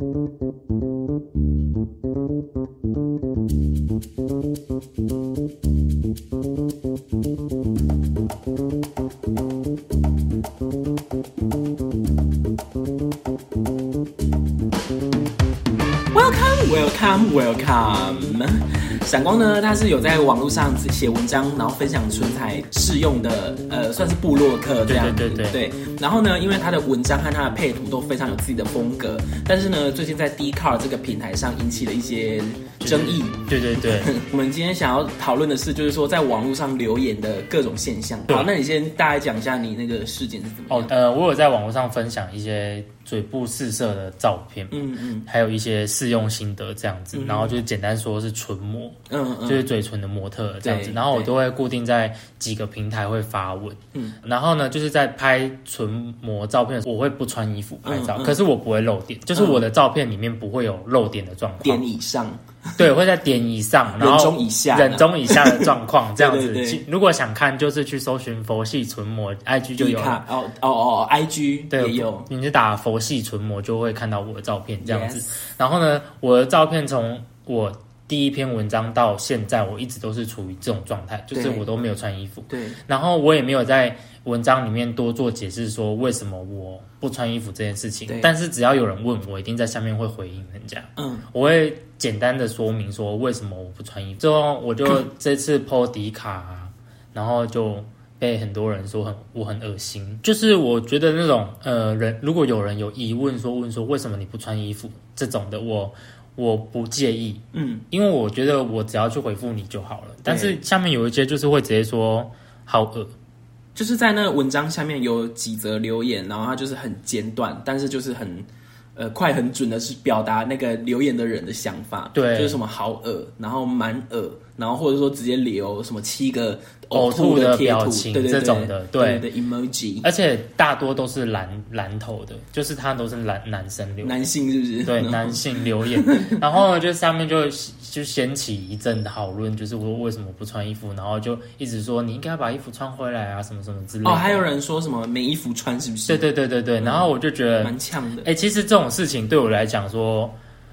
Welcome。闪光呢，他是有在网络上写文章，然后分享纯才适用的，算是部落客这样子。对。然后呢，因为他的文章和他的配图都非常有自己的风格，但是呢，最近在 Dcard 这个平台上引起了一些争议。 对。 我们今天想要讨论的是，就是说在网络上留言的各种现象。好，那你先大概讲一下你那个事件是怎么样？ 我有在网络上分享一些嘴部试色的照片，还有一些试用心得这样子，然后就是简单说是唇模，就是嘴唇的模特这样子，然后我都会固定在几个平台会发文，然后呢，就是在拍唇模照片的时候，我会不穿衣服拍照，可是我不会露点，就是我的照片里面不会有露点的状况， 点以上。 对，会在点以上，然后人中以下的状况这样子。对，如果想看，就是去搜寻佛系唇模 ，IG 就有。 IG 对也有， 你就打佛系唇模就会看到我的照片这样子。然后呢，我的照片从我第一篇文章到现在，我一直都是处于这种状态，就是我都没有穿衣服。 对。然后我也没有在文章里面多做解释说为什么我不穿衣服这件事情。但是只要有人问我，一定在下面会回应人家。我会简单的说明说为什么我不穿衣服。之后我就这次 po 迪卡，然后就被很多人说我很恶心。就是我觉得那种人，如果有人有疑问说为什么你不穿衣服这种的，我不介意，因为我觉得我只要去回复你就好了。但是下面有一些就是会直接说好恶， 就是在那个文章下面有几则留言，然后它就是很简短，但是就是很快很准的是表达那个留言的人的想法。对，就是什么好恶，然后蛮恶，然后或者说直接留什么7个呕吐的表情，对这种的，对 emoji， 而且大多都是蓝头的，就是他都是男生留言， 男性是不是？ 对，男性留言，然后就上面就掀起一阵讨论，就是我为什么不穿衣服，然后就一直说你应该把衣服穿回来啊，什么什么之类的。 还有人说什么没衣服穿是不是？ 对，然后我就觉得蛮呛的。 其实这种事情对我来讲说，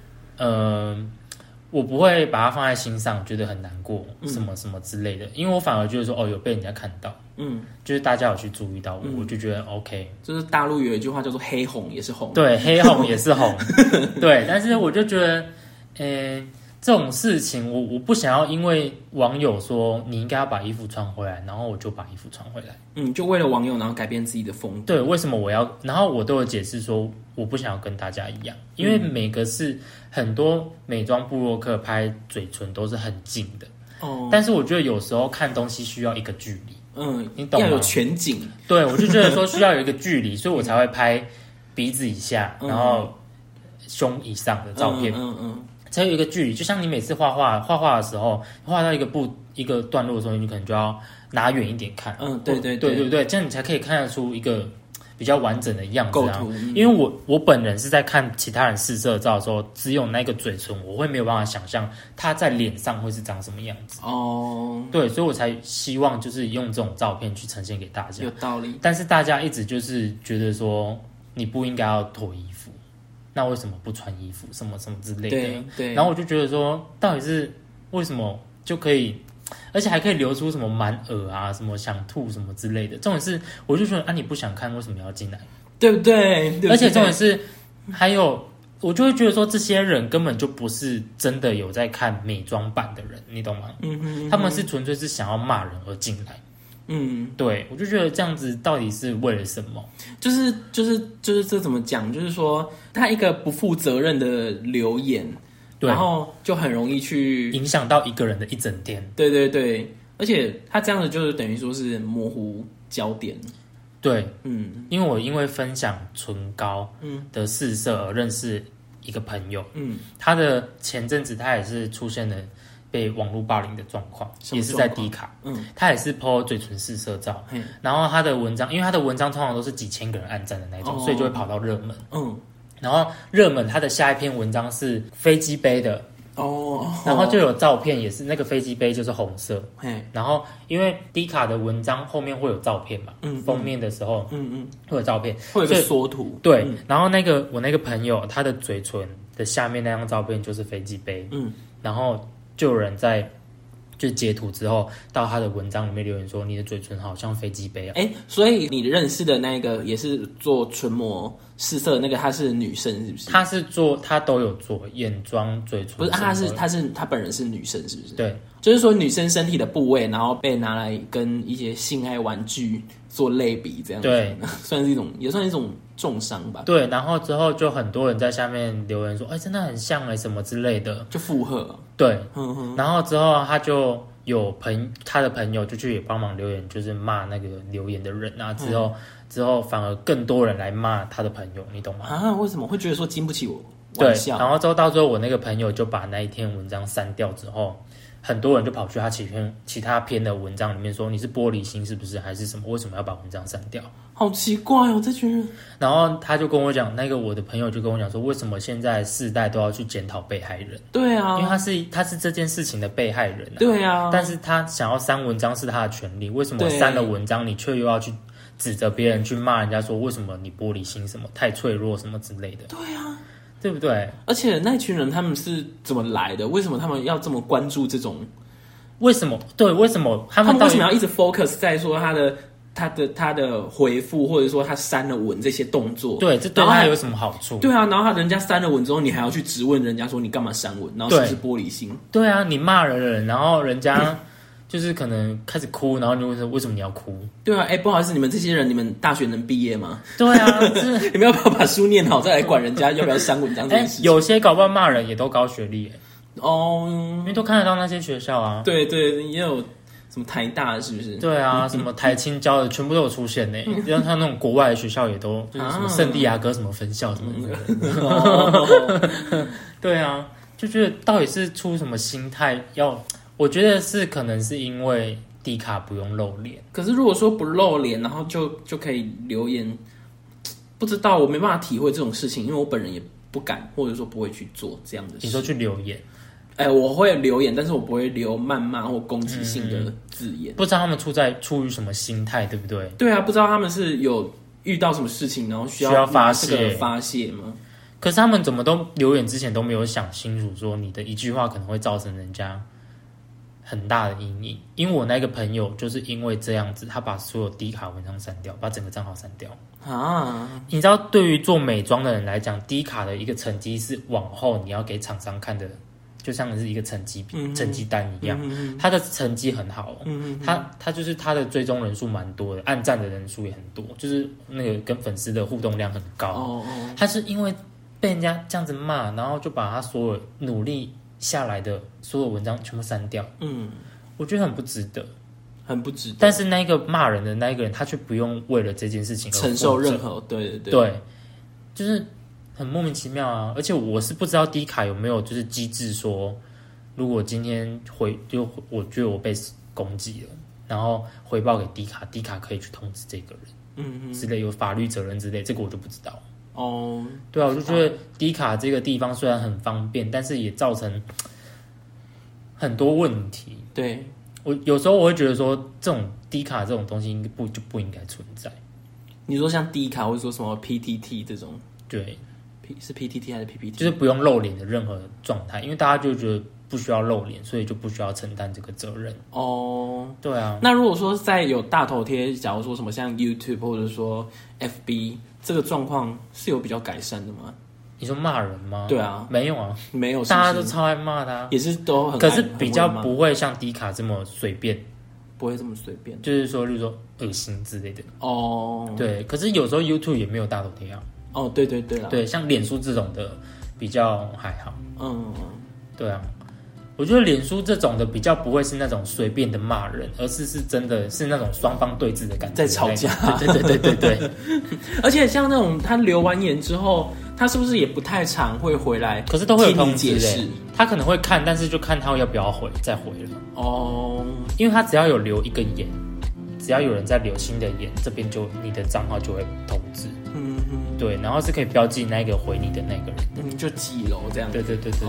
我不会把它放在心上，觉得很难过，什么什么之类的，因为我反而觉得说，有被人家看到，就是大家有去注意到我，我就觉得 OK。 就是大陆有一句话叫做"黑红也是红"， 对，黑红也是红，对，但是我就觉得，这种事情我不想要因为网友说你应该要把衣服穿回来，然后我就把衣服穿回来。 就为了网友然后改变自己的风格。 对，为什么我要？然后我都有解释说我不想要跟大家一样，因为每个是很多美妆部落客拍嘴唇都是很近的。但是我觉得有时候看东西需要一个距离。你懂吗？ 要有全景。 对，我就觉得说需要有一个距离，所以我才会拍鼻子以下，然后胸以上的照片。才有一个距离，就像你每次画画的时候，画到一个段落的时候，你可能就要拿远一点看。对，这样你才可以看得出一个比较完整的样子啊。因为我本人是在看其他人试色照的时候，只有那个嘴唇，我会没有办法想象它在脸上会是长什么样子。对，所以我才希望就是用这种照片去呈现给大家。 有道理。 但是大家一直就是觉得说你不应该要脱衣服。那为什么不穿衣服？什么什么之类的。对。然后我就觉得说，到底是为什么就可以，而且还可以流出什么满耳啊，什么想吐什么之类的。重点是，我就觉得你不想看，为什么要进来？ 对不对？ 而且重点是，还有我就会觉得说，这些人根本就不是真的有在看美妆版的人，你懂吗？他们是纯粹是想要骂人而进来。对，我就觉得这样子到底是为了什么？就是这怎么讲？就是说他一个不负责任的留言，然后就很容易去影响到一个人的一整天。 对，而且他这样子就是等于说是模糊焦点。 对，因为分享唇膏的试色而认识一个朋友，他的前阵子他也是出现了被网络霸凌的状况，也是在迪卡，他也是 po 嘴唇试色照，然后他的文章，因为他的文章通常都是几千个人按赞的那种，所以就会跑到热门，然后热门他的下一篇文章是飞机杯的， 然后就有照片，也是那个飞机杯就是红色，然后因为迪卡的文章后面会有照片嘛，封面的时候，会有照片， 会有一个缩图， 对，然后我那个朋友他的嘴唇的下面那张照片就是飞机杯，然后就有人在就截图之后到他的文章里面留言说你的嘴唇好像飞机杯啊， 所以你认识的那个也是做唇膜试色的那个，她是女生是不是？ 她都有做眼妆、嘴唇， 不是她本人是女生是不是？ 对， 就是说女生身体的部位，然后被拿来跟一些性爱玩具做类比，这样子， 对， 也算是一种重伤吧。 对，然后之后就很多人在下面留言说，真的很像什么之类的， 就附和。 对，然后之后他就有他的朋友就去也帮忙留言，就是骂那个留言的人啊。之后反而更多人来骂他的朋友，你懂吗？ 啊，为什么会觉得说经不起我玩笑？ 对，然后之后到最后我那个朋友就把那一篇文章删掉之后，很多人就跑去他其他篇的文章里面说你是玻璃心是不是还是什么？为什么要把文章删掉？ 好奇怪哦，这群人。 然后他就跟我讲，我的朋友就跟我讲说，为什么现在世代都要去检讨被害人？ 对啊， 因为他是这件事情的被害人啊。 对啊， 但是他想要删文章是他的权利，为什么删了文章你却又要去指责别人去骂人家说为什么你玻璃心什么太脆弱什么之类的？ 对啊，对不对？ 而且那群人他们是怎么来的？为什么他们要这么关注这种？ 为什么他们为什么要一直 focus 在说他的回复，或者说他删了文这些动作？ 对，这对他有什么好处？ 对啊，然后人家删了文之后，你还要去质问人家说你干嘛删文？然后是不是玻璃心？ 对啊，你骂了人，然后人家就是可能开始哭，然后你就问说为什么你要哭？ 对啊，不好意思，你们这些人，你们大学能毕业吗？ 对啊， 你们要不要把书念好，再来管人家要不要删文章这件事情？ 有些搞不好骂人也都高学历因为都看得到那些学校啊。 对，也有什么台大是不是？ 对啊，什么台清交的全部都有出现呢。像他那种国外的学校也都，就是什么圣地亚哥什么分校什么的。对啊，就觉得到底是出什么心态我觉得是可能是因为迪卡不用露脸。 可是如果说不露脸，然后就可以留言，不知道，我没办法体会这种事情，因为我本人也不敢，或者说不会去做这样的事。 你说去留言？ 我会留言，但是我不会留谩骂或攻击性的字眼。 不知道他们出于什么心态，对不对？ 对啊，不知道他们是有遇到什么事情，然后需要发泄吗？ 可是他们怎么都留言之前都没有想清楚，说你的一句话可能会造成人家很大的阴影。因为我那个朋友就是因为这样子，他把所有低卡文章删掉，把整个账号删掉啊！你知道，对于做美妆的人来讲，低卡的一个成绩是往后你要给厂商看的，就像是一个成绩单一样。他的成绩很好，他就是他的追踪人数蛮多的，按赞的人数也很多，就是那个跟粉丝的互动量很高。他是因为被人家这样子骂，然后就把他所有努力下来的所有文章全部删掉。我觉得很不值得， 很不值得。 但是那个骂人的那一个人，他却不用为了这件事情而承受任何对， 就是很莫名其妙啊！而且我是不知道迪卡有没有就是机制说，如果今天我觉得我被攻击了，然后回报给迪卡，迪卡可以去通知这个人，之类有法律责任之类，这个我就不知道。对啊，我就觉得迪卡这个地方虽然很方便，但是也造成很多问题。 对， 我有时候我会觉得说，这种迪卡这种东西就不应该存在。 你说像迪卡或者说什么 PTT 这种， 对， 是 PTT 还是 PPT？ 就是不用露脸的任何状态，因为大家就觉得不需要露脸，所以就不需要承担这个责任。对啊。 那如果说在有大头贴，假如说什么像 YouTube 或者说 FB 这个状况是有比较改善的吗？ 你说骂人吗？ 对啊， 没有啊， 没有， 大家都超爱骂的啊， 也是都很， 可是比较不会像迪卡这么随便， 不会这么随便， 就是说，例如说恶心之类的。对，可是有时候 YouTube 也没有大头贴啊。 对啦， 对，像脸书这种的比较还好。对啊，我觉得脸书这种的比较不会是那种随便的骂人，而是真的是那种双方对峙的感觉， 在吵架。 对。 而且像那种他留完言之后，他是不是也不太常会回来？ 可是都会有通知解释， 他可能会看，但是就看他要不要再回了。因为他只要有留一个言， 只要有人在留新的言，这边就你的账号就会通知。对，然后是可以标记那个回你的那个人， 就几楼这样。 对。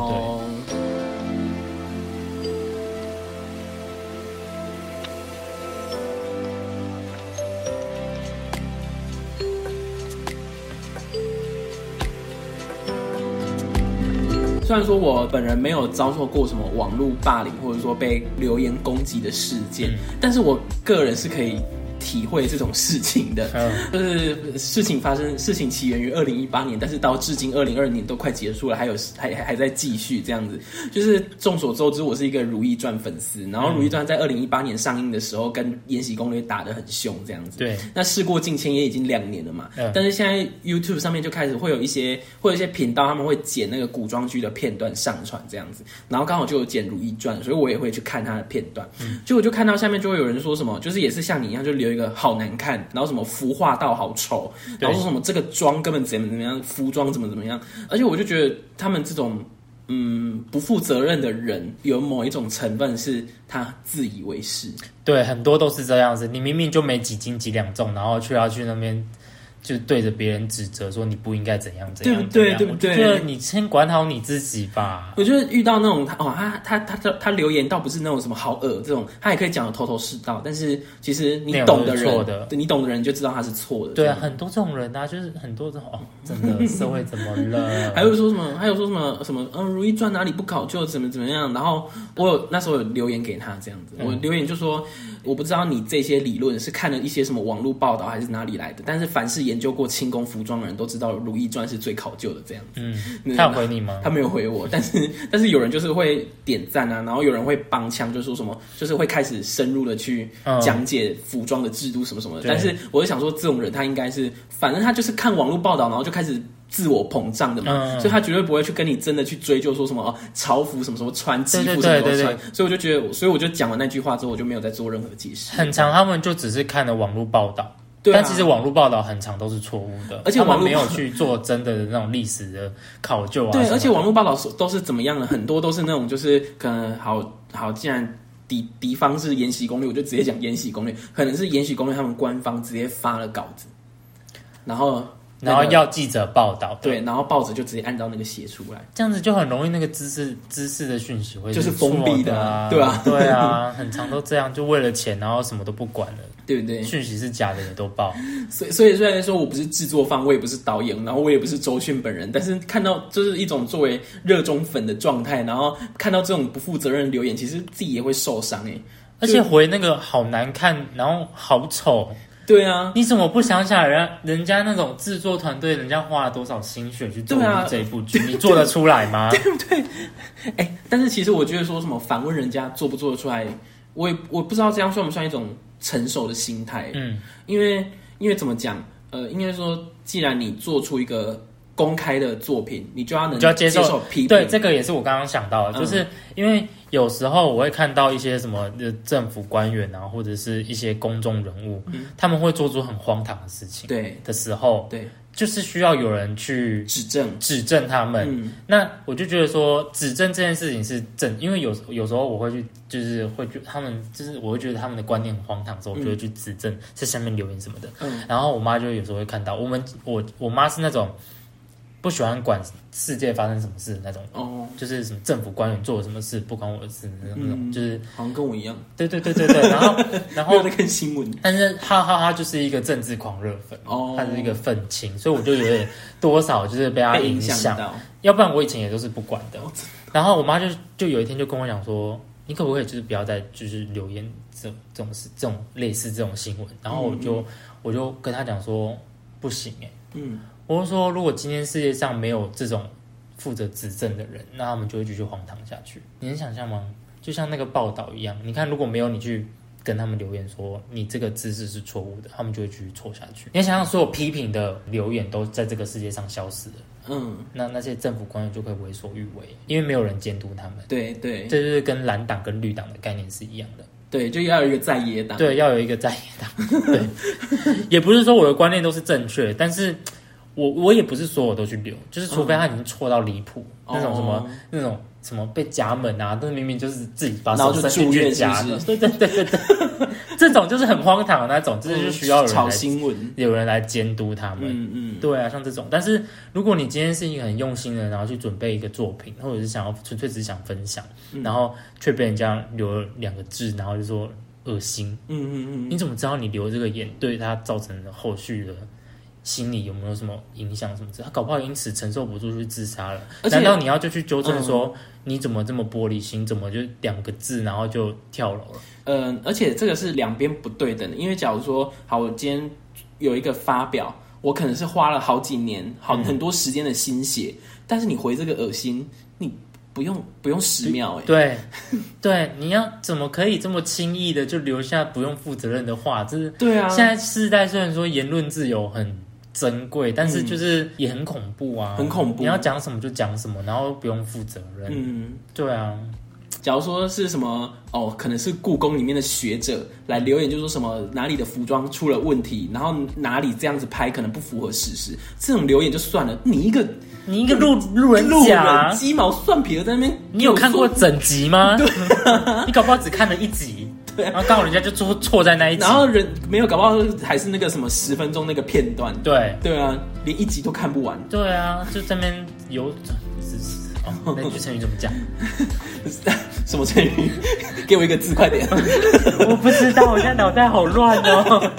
虽然说我本人没有遭受过什么网络霸凌或者说被留言攻击的事件，但是我个人是可以体会这种事情的。就是事情起源于2018年，但是到至今2022年都快结束了，还在继续这样子。就是众所周知，我是一个《如懿传》粉丝，然后《如懿传》在2018年上映的时候，跟《延禧攻略》打得很凶这样子。 对， 那事过境迁也已经2年了嘛。但是现在 YouTube 上面就开始会有一些频道，他们会剪那个古装剧的片段上传这样子，然后刚好就有剪《如懿传》，所以我也会去看他的片段。结果就看到下面就会有人说什么，就是也是像你一样，就留一个好难看，然后什么服化道好丑，然后说什么这个妆根本怎么样，服装怎么样，而且我就觉得他们这种不负责任的人，有某一种成分是他自以为是。 对，很多都是这样子，你明明就没几斤几两重，然后要去那边就对着别人指责说你不应该怎样怎样， 对不对？ 我觉得你先管好你自己吧。 我觉得遇到那种他留言倒不是那种什么好恶这种，他也可以讲的头头是道，但是其实你懂的人，你懂的人就知道他是错的。 对啊，很多这种人啊，就是很多这种真的社会怎么了？ 还有说什么《如懿传》哪里不考究，怎么样？然后我那时候有留言给他这样子，我留言就说我不知道你这些理论是看了一些什么网络报道还是哪里来的，但是凡是研究过清宫服装的人都知道《如懿传》是最考究的这样子。 他有回你吗？ 他没有回我，但是有人就是会点赞啊，然后有人会帮腔，就说什么就是会开始深入的去讲解服装的制度什么什么的。但是我就想说，这种人他应该是，反正他就是看网络报道，然后就开始自我膨胀的嘛，所以他绝对不会去跟你真的去追究说什么朝服什么什么穿，肌服什么什么穿。所以我就觉得，所以我就讲完那句话之后，我就没有再做任何解释。 很常他们就只是看了网络报道。但其实网络报道很常都是错误的， 而且他们没有去做真的那种历史的考究啊。 对，而且网络报道都是怎么样的？很多都是那种就是可能好，既然敌方是《延禧攻略》，我就直接讲《延禧攻略》，可能是《延禧攻略》他们官方直接发了稿子，然后要记者报道， 对，然后报纸就直接按照那个写出来， 这样子就很容易那个知识的讯息会就是封闭的啊， 对啊， 对啊，很常都这样，就为了钱，然后什么都不管了。 对不对？ 讯息是假的也都报， 所以虽然说我不是制作方，我也不是导演，然后我也不是周迅本人，但是看到就是一种作为热衷粉的状态，然后看到这种不负责任的留言，其实自己也会受伤而且回那个好难看，然后好丑。 对啊， 你怎么不想想人家那种制作团队，人家花了多少心血去做这一部剧，你做得出来吗？ 对不对？但是其实我觉得说什么反问人家做不做得出来，我不知道这样算不算一种成熟的心态。因为怎么讲？应该说，既然你做出一个公开的作品，你就要接受批评。 对，这个也是我刚刚想到的，就是因为有时候我会看到一些什么政府官员啊，或者是一些公众人物，他们会做出很荒唐的事情， 对的时候，对，就是需要有人去指正他们。那我就觉得说，指正这件事情是正，因为有时候我会去，就是会觉得他们，就是我会觉得他们的观念很荒唐的时候，我就会去指正，在下面留言什么的。然后我妈就有时候会看到，我妈是那种不喜欢管世界发生什么事的那种，就是什么政府官员做了什么事不关我的事那种，就是好像跟我一样。 对，然后在看新闻， 但是他就是一个政治狂热粉，他是一个愤青，所以我就有点多少就是被他影响到，要不然我以前也都是不管的。然后我妈就有一天就跟我讲说，你可不可以就是不要再就是留言这种类似这种新闻？然后我就跟他讲说不行我就说，如果今天世界上没有这种负责指正的人，那他们就会继续荒唐下去。你能想象吗？就像那个报道一样，你看，如果没有你去跟他们留言说你这个知识是错误的，他们就会继续错下去。你想想，所有批评的留言都在这个世界上消失了，那些政府官员就可以为所欲为，因为没有人监督他们。对，这就是跟蓝党跟绿党的概念是一样的。对，就要有一个在野党。对，要有一个在野党。对，也不是说我的观念都是正确，但是我也不是所有都去留，就是除非他已经错到离谱，那种什么被夹门啊，但明明就是自己把手伸进去夹的。对， 这种就是很荒唐的那种，就是需要有人炒新闻， 有人来监督他们。对啊，像这种。但是如果你今天是一个很用心的人，然后去准备一个作品，或者是想要纯粹只是想分享，然后却被人家留了2个字，然后就说恶心。你怎么知道你留这个言对他造成的后续的心理有没有什么影响什么之类？他搞不好因此承受不住去自杀了。难道你要就去纠正说，你怎么这么玻璃心？怎么就2个字然后就跳楼了？ 而且这个是两边不对等的，因为假如说好，我今天有一个发表，我可能是花了好几年、很多时间的心血，但是你回这个恶心，你不用10秒对对，你要怎么可以这么轻易的就留下不用负责任的话？这是对啊。 现在世代虽然说言论自由很珍贵，但是就是也很恐怖啊， 很恐怖。 你要讲什么就讲什么，然后不用负责任。对啊。 假如说是什么可能是故宫里面的学者来留言，就说什么哪里的服装出了问题，然后哪里这样子拍可能不符合事实，这种留言就算了。你一个路人甲鸡毛蒜皮的在那边， 你有看过整集吗？对你搞不好只看了1集。然后刚好人家就错在那一集， 然后人没有，搞不好还是那个什么10分钟那个片段。 对啊，连1集都看不完。 对啊，就在那边有那句成语怎么讲？ 什么成语？给我一个字，快点！ 我不知道，我现在脑袋好乱哦。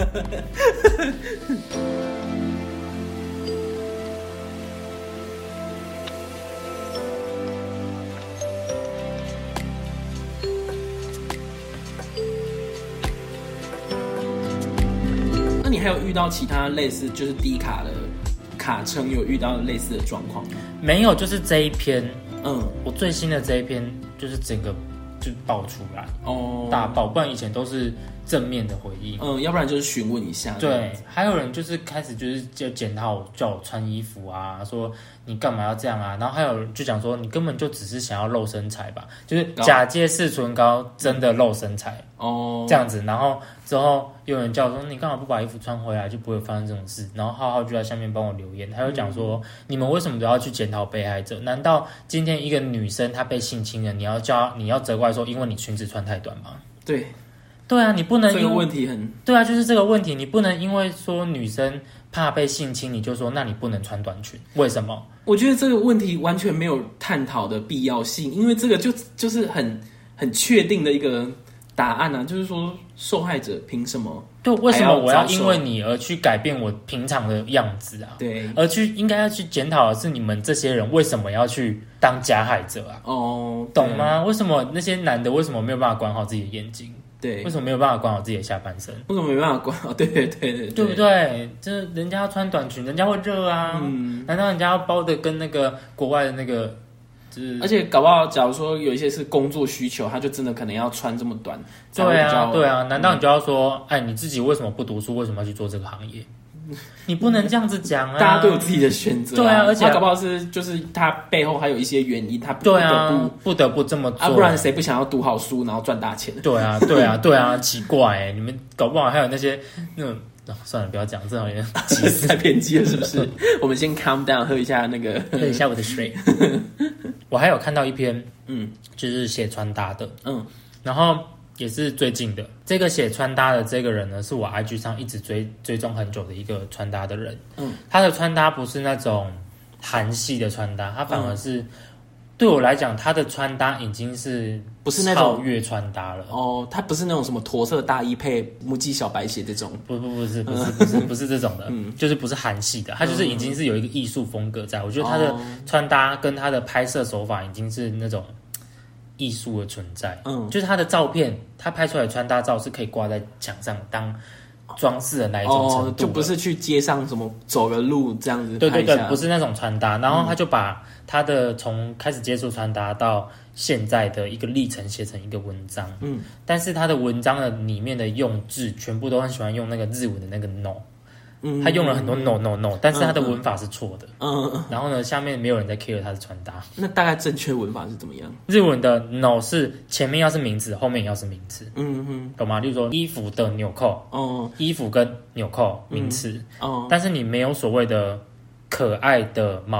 那你还有遇到其他类似就是低卡的卡称有遇到类似的状况吗？ 没有，就是这一篇。我最新的这一篇就是整个就爆出来大爆，不然以前都是正面的回应。 要不然就是询问一下。 对，还有人就是开始就是就检讨叫我穿衣服啊，说你干嘛要这样啊？然后还有人就讲说你根本就只是想要露身材吧，就是假借视唇膏真的露身材这样子。然后之后有人叫我说你干嘛不把衣服穿回来，就不会发生这种事。然后浩浩就在下面帮我留言，他就讲说你们为什么都要去检讨被害者？难道今天一个女生她被性侵了，你要责怪说因为你裙子穿太短吗？对啊，你不能因为这个问题很对啊，就是这个问题，你不能因为说女生怕被性侵，你就说那你不能穿短裙，为什么？ 我觉得这个问题完全没有探讨的必要性，因为这个就是很确定的一个答案啊，就是说受害者凭什么？ 对，为什么我要因为你而去改变我平常的样子啊？ 对， 而应该要去检讨的是你们这些人为什么要去当加害者啊？懂吗？为什么那些男的为什么没有办法管好自己的眼睛？ 对， 为什么没有办法管好自己的下半身？ 为什么没办法管好？对，对不对？就是人家要穿短裙，人家会热啊。难道人家要包的跟那个国外的那个？ 而且搞不好，假如说有一些是工作需求，他就真的可能要穿这么短。 对啊。难道你就要说，你自己为什么不读书？为什么要去做这个行业？你不能这样子讲啊！ 大家都有自己的选择。 对啊，而且他搞不好就是他背后还有一些原因，他不得不这么做。 不然谁不想要读好书，然后赚大钱？ 对啊，奇怪你们搞不好还有那些那种。算了，不要讲，这好像歧视太偏激了，是不是？我们先 calm down， 喝一下我的水。我还有看到一篇，就是写穿搭的，然后也是最近的。这个写穿搭的这个人呢，是我 IG 上一直追踪很久的一个穿搭的人。他的穿搭不是那种韩系的穿搭，他反而是。对我来讲，他的穿搭已经是不是那种超越穿搭了他不是那种什么驼色大衣配母鸡小白鞋这种， 不是这种的，就是不是韩系的，他就是已经是有一个艺术风格在。我觉得他的穿搭跟他的拍摄手法已经是那种艺术的存在，就是他的照片，他拍出来的穿搭照是可以挂在墙上当装饰的那一种程度， 就不是去街上什么走个路这样子拍一下。 对，不是那种穿搭。然后他就把他的从开始接触穿搭到现在的一个历程写成一个文章。但是他的文章的里面的用字全部都很喜欢用那个日文的那个 no。他用了很多 no， 但是他的文法是错的。然后呢，下面没有人在 care 他的穿搭。 那大概正确文法是怎么样？ 日文的 no 是前面要是名词，后面也要是名词。懂吗？例如说衣服的纽扣，衣服跟纽扣名词。但是你没有所谓的可爱的猫，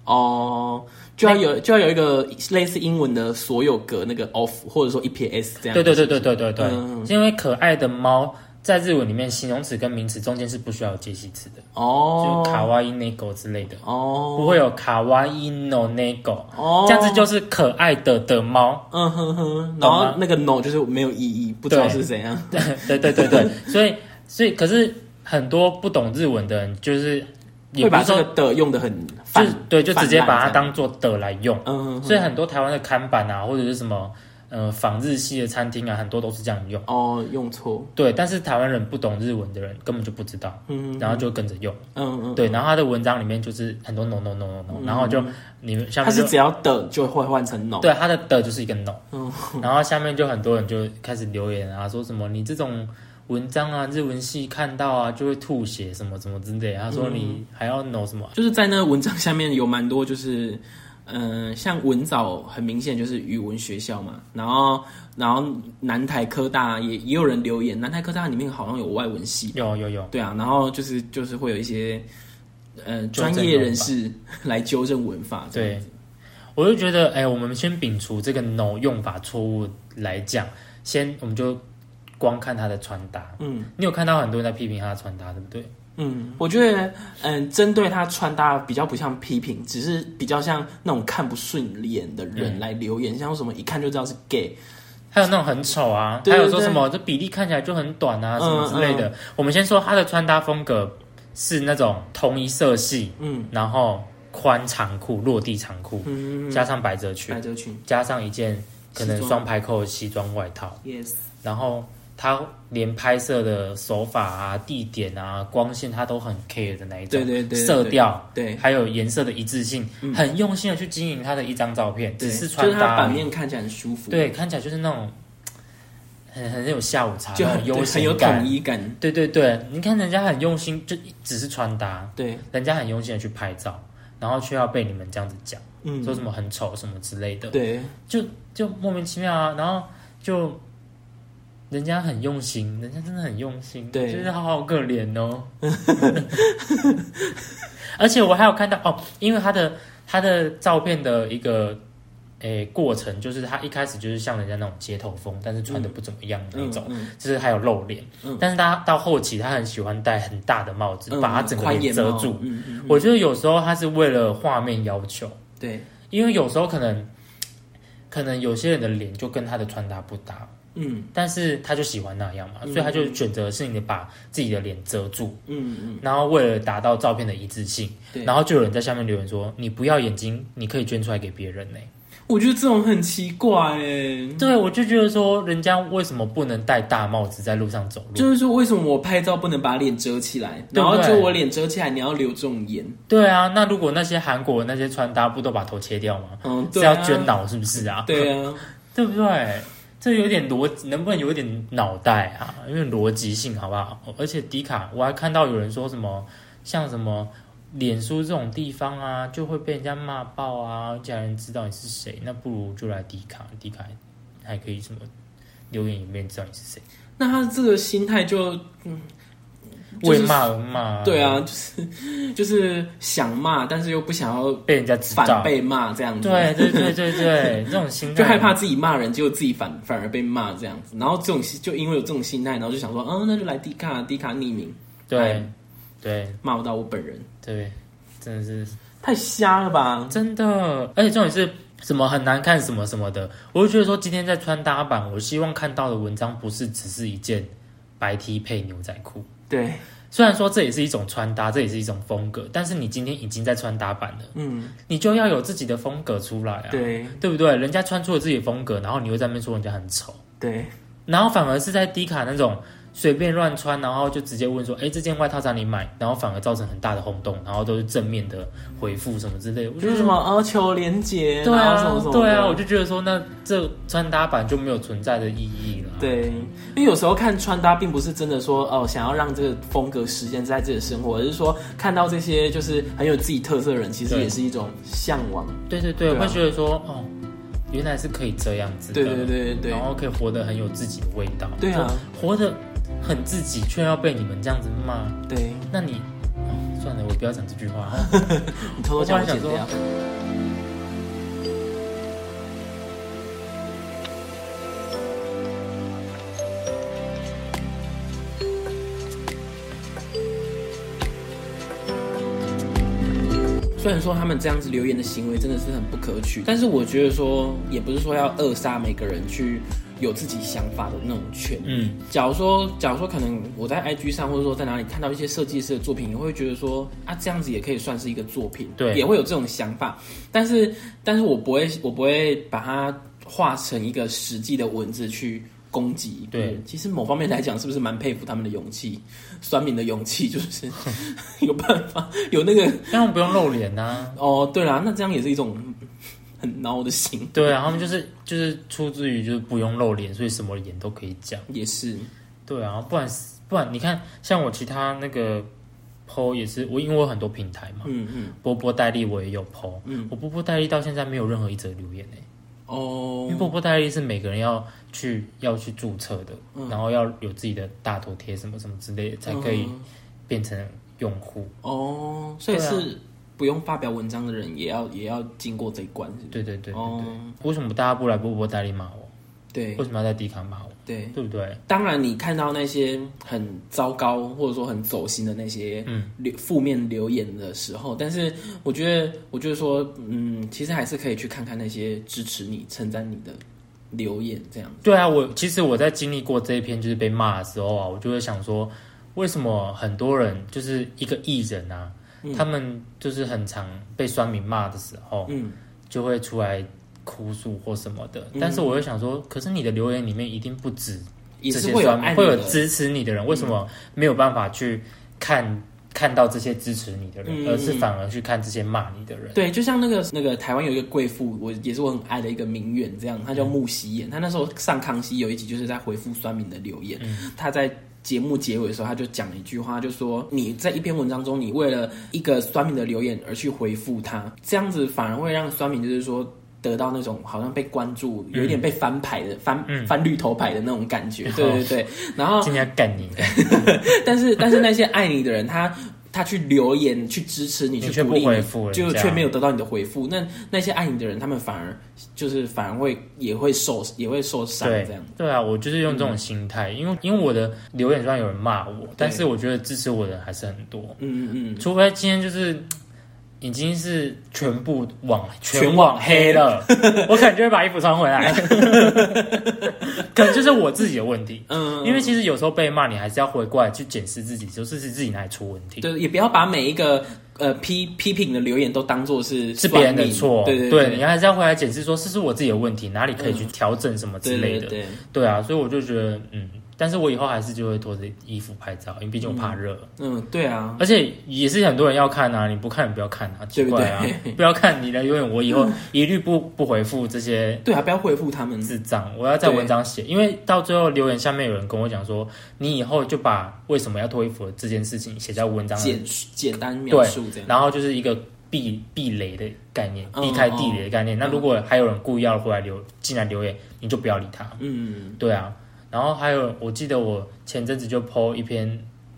就要有一个类似英文的所有格那个 of 或者说一撇 s 这样。 对，因为可爱的猫在日文里面形容词跟名词中间是不需要有介系词的就卡哇伊内狗之类的不会有卡哇伊 no 内狗这样子就是可爱的猫然后那个 no 就是没有意义，不知道是怎样。 对，所以可是很多不懂日文的人就是会把这个的用的很对，就直接把它当做的来用。所以很多台湾的看板啊，或者是什么仿日系的餐厅啊，很多都是这样用。 用错。对， 但是台湾人不懂日文的人根本就不知道，然后就跟着用。对，然后他的文章里面就是很多 no，然后就你们下面他是只要的就会换成 no。 对，他的就是一个 no。然后下面就很多人就开始留言啊，说什么你这种文章啊，日文系看到啊就会吐血什么什么之类的。他说你还要 no 什么？ 就是在那个文章下面有蛮多，就是像文藻很明显就是语文学校嘛，然后南台科大也有人留言，南台科大里面好像有外文系， 有， 对啊，然后就是会有一些专业人士来纠正文法。 对，我就觉得我们先摒除这个 no 用法错误来讲，我们就光看他的穿搭。你有看到很多人在批评他的穿搭，对不对？ 我觉得针对他穿搭比较不像批评，只是比较像那种看不顺眼的人来留言，像什么一看就知道是 gay， 还有那种很丑啊，还有说什么这比例看起来就很短啊，什么之类的。我们先说他的穿搭风格是那种同一色系，然后宽长裤、落地长裤，加上百褶裙，加上一件可能双排扣的西装外套，然后他连拍摄的手法啊、地点啊、光线，他都很 care 的那一种，对，色调，对，还有颜色的一致性，很用心的去经营他的一张照片，只是穿搭， 就是他版面看起来很舒服， 对，看起来就是那种很有下午茶， 就很有统一感， 对，你看人家很用心，就只是穿搭，对，人家很用心的去拍照，然后却要被你们这样子讲，说什么很丑什么之类的，对，就莫名其妙啊，然后就。人家很用心，人家真的很用心，对，就是好可怜哦。而且我还有看到因为他的照片的一个过程，就是他一开始就是像人家那种街头风，但是穿的不怎么样的那种，就是还有露脸。但是他到后期，他很喜欢戴很大的帽子，把他整个脸遮住。我觉得有时候他是为了画面要求，对，因为有时候可能有些人的脸就跟他的穿搭不搭。但是他就喜欢那样嘛，所以他就选择性的把自己的脸遮住，然后为了达到照片的一致性，然后就有人在下面留言说：“你不要眼睛，你可以捐出来给别人呢。” 我觉得这种很奇怪对，我就觉得说，人家为什么不能戴大帽子在路上走路？ 就是说，为什么我拍照不能把脸遮起来？然后就我脸遮起来，你要留这种眼？ 对啊，那如果那些韩国那些穿搭不都把头切掉吗？是要捐脑是不是啊？ 对啊， 对不对？这有点逻辑，能不能有一点脑袋啊？因为逻辑性好不好？而且迪卡，我还看到有人说什么，像什么脸书这种地方啊，就会被人家骂爆啊，家人知道你是谁，那不如就来迪卡，迪卡还可以什么留言也没人知道你是谁。 那他这个心态就为骂而骂， 对啊，就是想骂，但是又不想要被人家知道反被骂这样子。 对，这种心态就害怕自己骂人，结果自己反而被骂这样子。然后这种就因为有这种心态，然后就想说，那就来迪卡匿名， 对， 骂不到我本人， 对，真的是太瞎了吧， 真的。而且重点是什么很难看什么什么的，我就觉得说今天在穿搭版，我希望看到的文章不是只是一件白 T 配牛仔裤。对，虽然说这也是一种穿搭，这也是一种风格，但是你今天已经在穿搭版了，你就要有自己的风格出来啊，对不对？人家穿出了自己的风格，然后你又在那边说人家很丑，对，然后反而是在迪卡那种随便乱穿，然后就直接问说，这件外套在哪里买？然后反而造成很大的轰动，然后都是正面的回复什么之类的， 就是什么求连结， 对啊， 什么什么， 对啊，我就觉得说，那这穿搭版就没有存在的意义了。 对，因为有时候看穿搭，并不是真的说想要让这个风格实现在自己的生活，而是说看到这些就是很有自己特色的人，其实也是一种向往。 对，我会觉得说，原来是可以这样子的， 对， 然后可以活得很有自己的味道。 对啊， 活得很自己，却要被你们这样子骂，对，那你算了，我不要讲这句话。 你偷偷讲，我剪掉。虽然说他们这样子留言的行为真的是很不可取，但是我觉得说也不是说要扼杀每个人去有自己想法的那种权利。假如说可能我在 IG 上或者说在哪里看到一些设计师的作品，也会觉得说啊，这样子也可以算是一个作品，对，也会有这种想法。但是我不会把它画成一个实际的文字去攻击。对，其实某方面来讲，是不是蛮佩服他们的勇气，酸民的勇气，就是有办法有那个， 这样不用露脸啊。 哦，对啦，那这样也是一种很孬的心。 对啊，他们就是出自于就是不用露脸，所以什么脸都可以讲。 也是， 对啊，不然你看，像我其他那个 po 也是因为我有很多平台嘛，波波代理我也有 po，我波波代理到现在没有任何一则留言因为波波代理是每个人要去注册的，然后要有自己的大头贴什么什么之类的，才可以变成用户。 所以是不用发表文章的人也要经过这一关，是不是？ 对。为什么大家不来波波代理骂我？ 对， 为什么要在迪卡骂我？对不对？ 当然，你看到那些很糟糕或者说很走心的那些负面留言的时候，但是我觉得说，其实还是可以去看看那些支持你、称赞你的留言，这样子。 对啊，其实我在经历过这一篇就是被骂的时候啊，我就会想说，为什么很多人就是一个艺人啊，他们就是很常被酸民骂的时候，就会出来哭诉或什么的，但是我会想说，可是你的留言里面一定不止这些酸民，会有支持你的人，为什么没有办法去看到这些支持你的人，而是反而去看这些骂你的人？对， 就像那个台湾有一个贵妇，也是我很爱的一个名媛，这样，她叫穆希妍，她那时候上康熙有一集就是在回复酸民的留言，她在节目结尾的时候，他就讲了一句话，就说你在一篇文章中，你为了一个酸民的留言而去回复他，这样子反而会让酸民就是说得到那种好像被关注，有一点被翻牌的翻绿头牌的那种感觉。对。然后今天要干你， 但是那些爱你的人，他去留言去支持你，去鼓励你，就却没有得到你的回复。那些爱你的人，他们反而也会受伤这样。 对啊，我就是用这种心态，因为我的留言虽然有人骂我，但是我觉得支持我的人还是很多。除非今天就是已经是全网黑了，我可能就会把衣服穿回来。可能就是我自己的问题。因为其实有时候被骂，你还是要回过来去检视自己，就是自己哪里出问题。 对，也不要把每一个批评的留言都当作是别人的错。对，你还是要回来检视说，是我自己的问题，哪里可以去调整什么之类的。对啊，所以我就觉得但是我以后还是就会脱着衣服拍照，因为毕竟我怕热。 对啊， 而且也是很多人要看啊，你不看你不要看啊，奇怪啊，不要看你的留言，我以后一律不回复这些。 对啊，不要回复他们智障，我要在文章写，因为到最后留言下面有人跟我讲说，你以后就把为什么要脱衣服这件事情写在文章简单描述这样， 然后就是一个避雷的概念，避开地雷的概念。那如果还有人故意要回来进来留言，你就不要理他。对啊。然后还有，我记得我前阵子就 po 一篇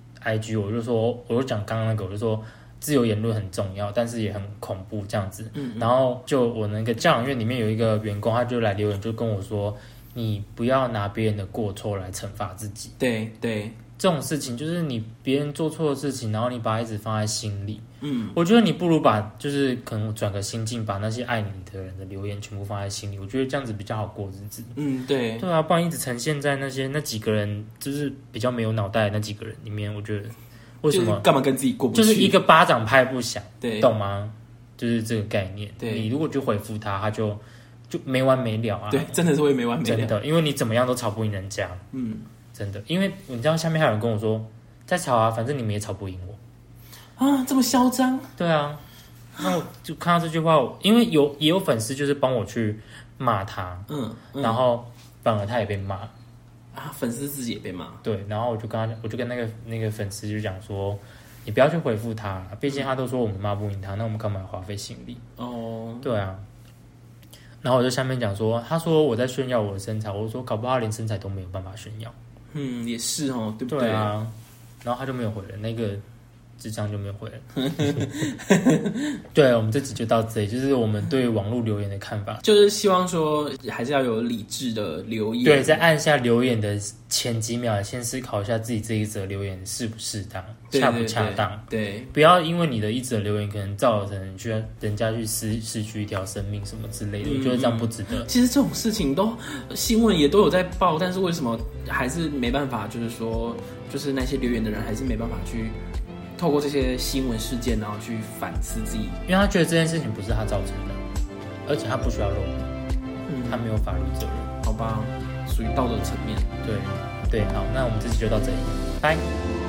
IG， 我就讲刚刚那个，我就说自由言论很重要，但是也很恐怖这样子。然后就我那个教养院里面有一个员工，他就来留言，就跟我说，你不要拿别人的过错来惩罚自己。对，这种事情就是你别人做错的事情，然后你把它一直放在心里。我觉得你不如就是可能转个心境，把那些爱你的人的留言全部放在心里。我觉得这样子比较好过日子。对啊，不然一直呈现在那几个人，就是比较没有脑袋的那几个人里面。我觉得为什么干嘛跟自己过不去？ 就是一个巴掌拍不响，懂吗？就是这个概念。你如果就回复他，他就没完没了啊。 对，真的是会没完没了。 真的，因为你怎么样都吵不赢人家。真的，因为你知道下面还有人跟我说，再吵啊，反正你们也吵不赢我啊，这么嚣张。 对啊，那我就看到这句话，因为也有粉丝就是帮我去骂他，然后反而他也被骂啊，粉丝自己也被骂。 对，然后我就跟那个粉丝就讲说，你不要去回复他，毕竟他都说我们骂不赢他，那我们干嘛花费心力？对啊。然后我就下面讲说，他说我在炫耀我的身材，我说搞不好他连身材都没有办法炫耀。 也是哦，对不对？ 对啊，然后他就没有回了。 智商就没有回了。对，我们这集就到这里，就是我们对网络留言的看法， 就是希望说还是要有理智的留言。 对，在按下留言的前几秒，先思考一下自己这一则留言适不适当，恰不恰当。 对， 不要因为你的一则留言可能造成人家去失去一条生命什么之类的，我觉得这样不值得。 其实这种事情新闻也都有在报，但是为什么还是没办法？就是说，就是那些留言的人还是没办法去透过这些新闻事件，然后去反思自己， 因为他觉得这件事情不是他造成的，而且他不需要肉他没有法律责任， 好吧，属于道德层面。 对，好，那我们这期就到这里，拜。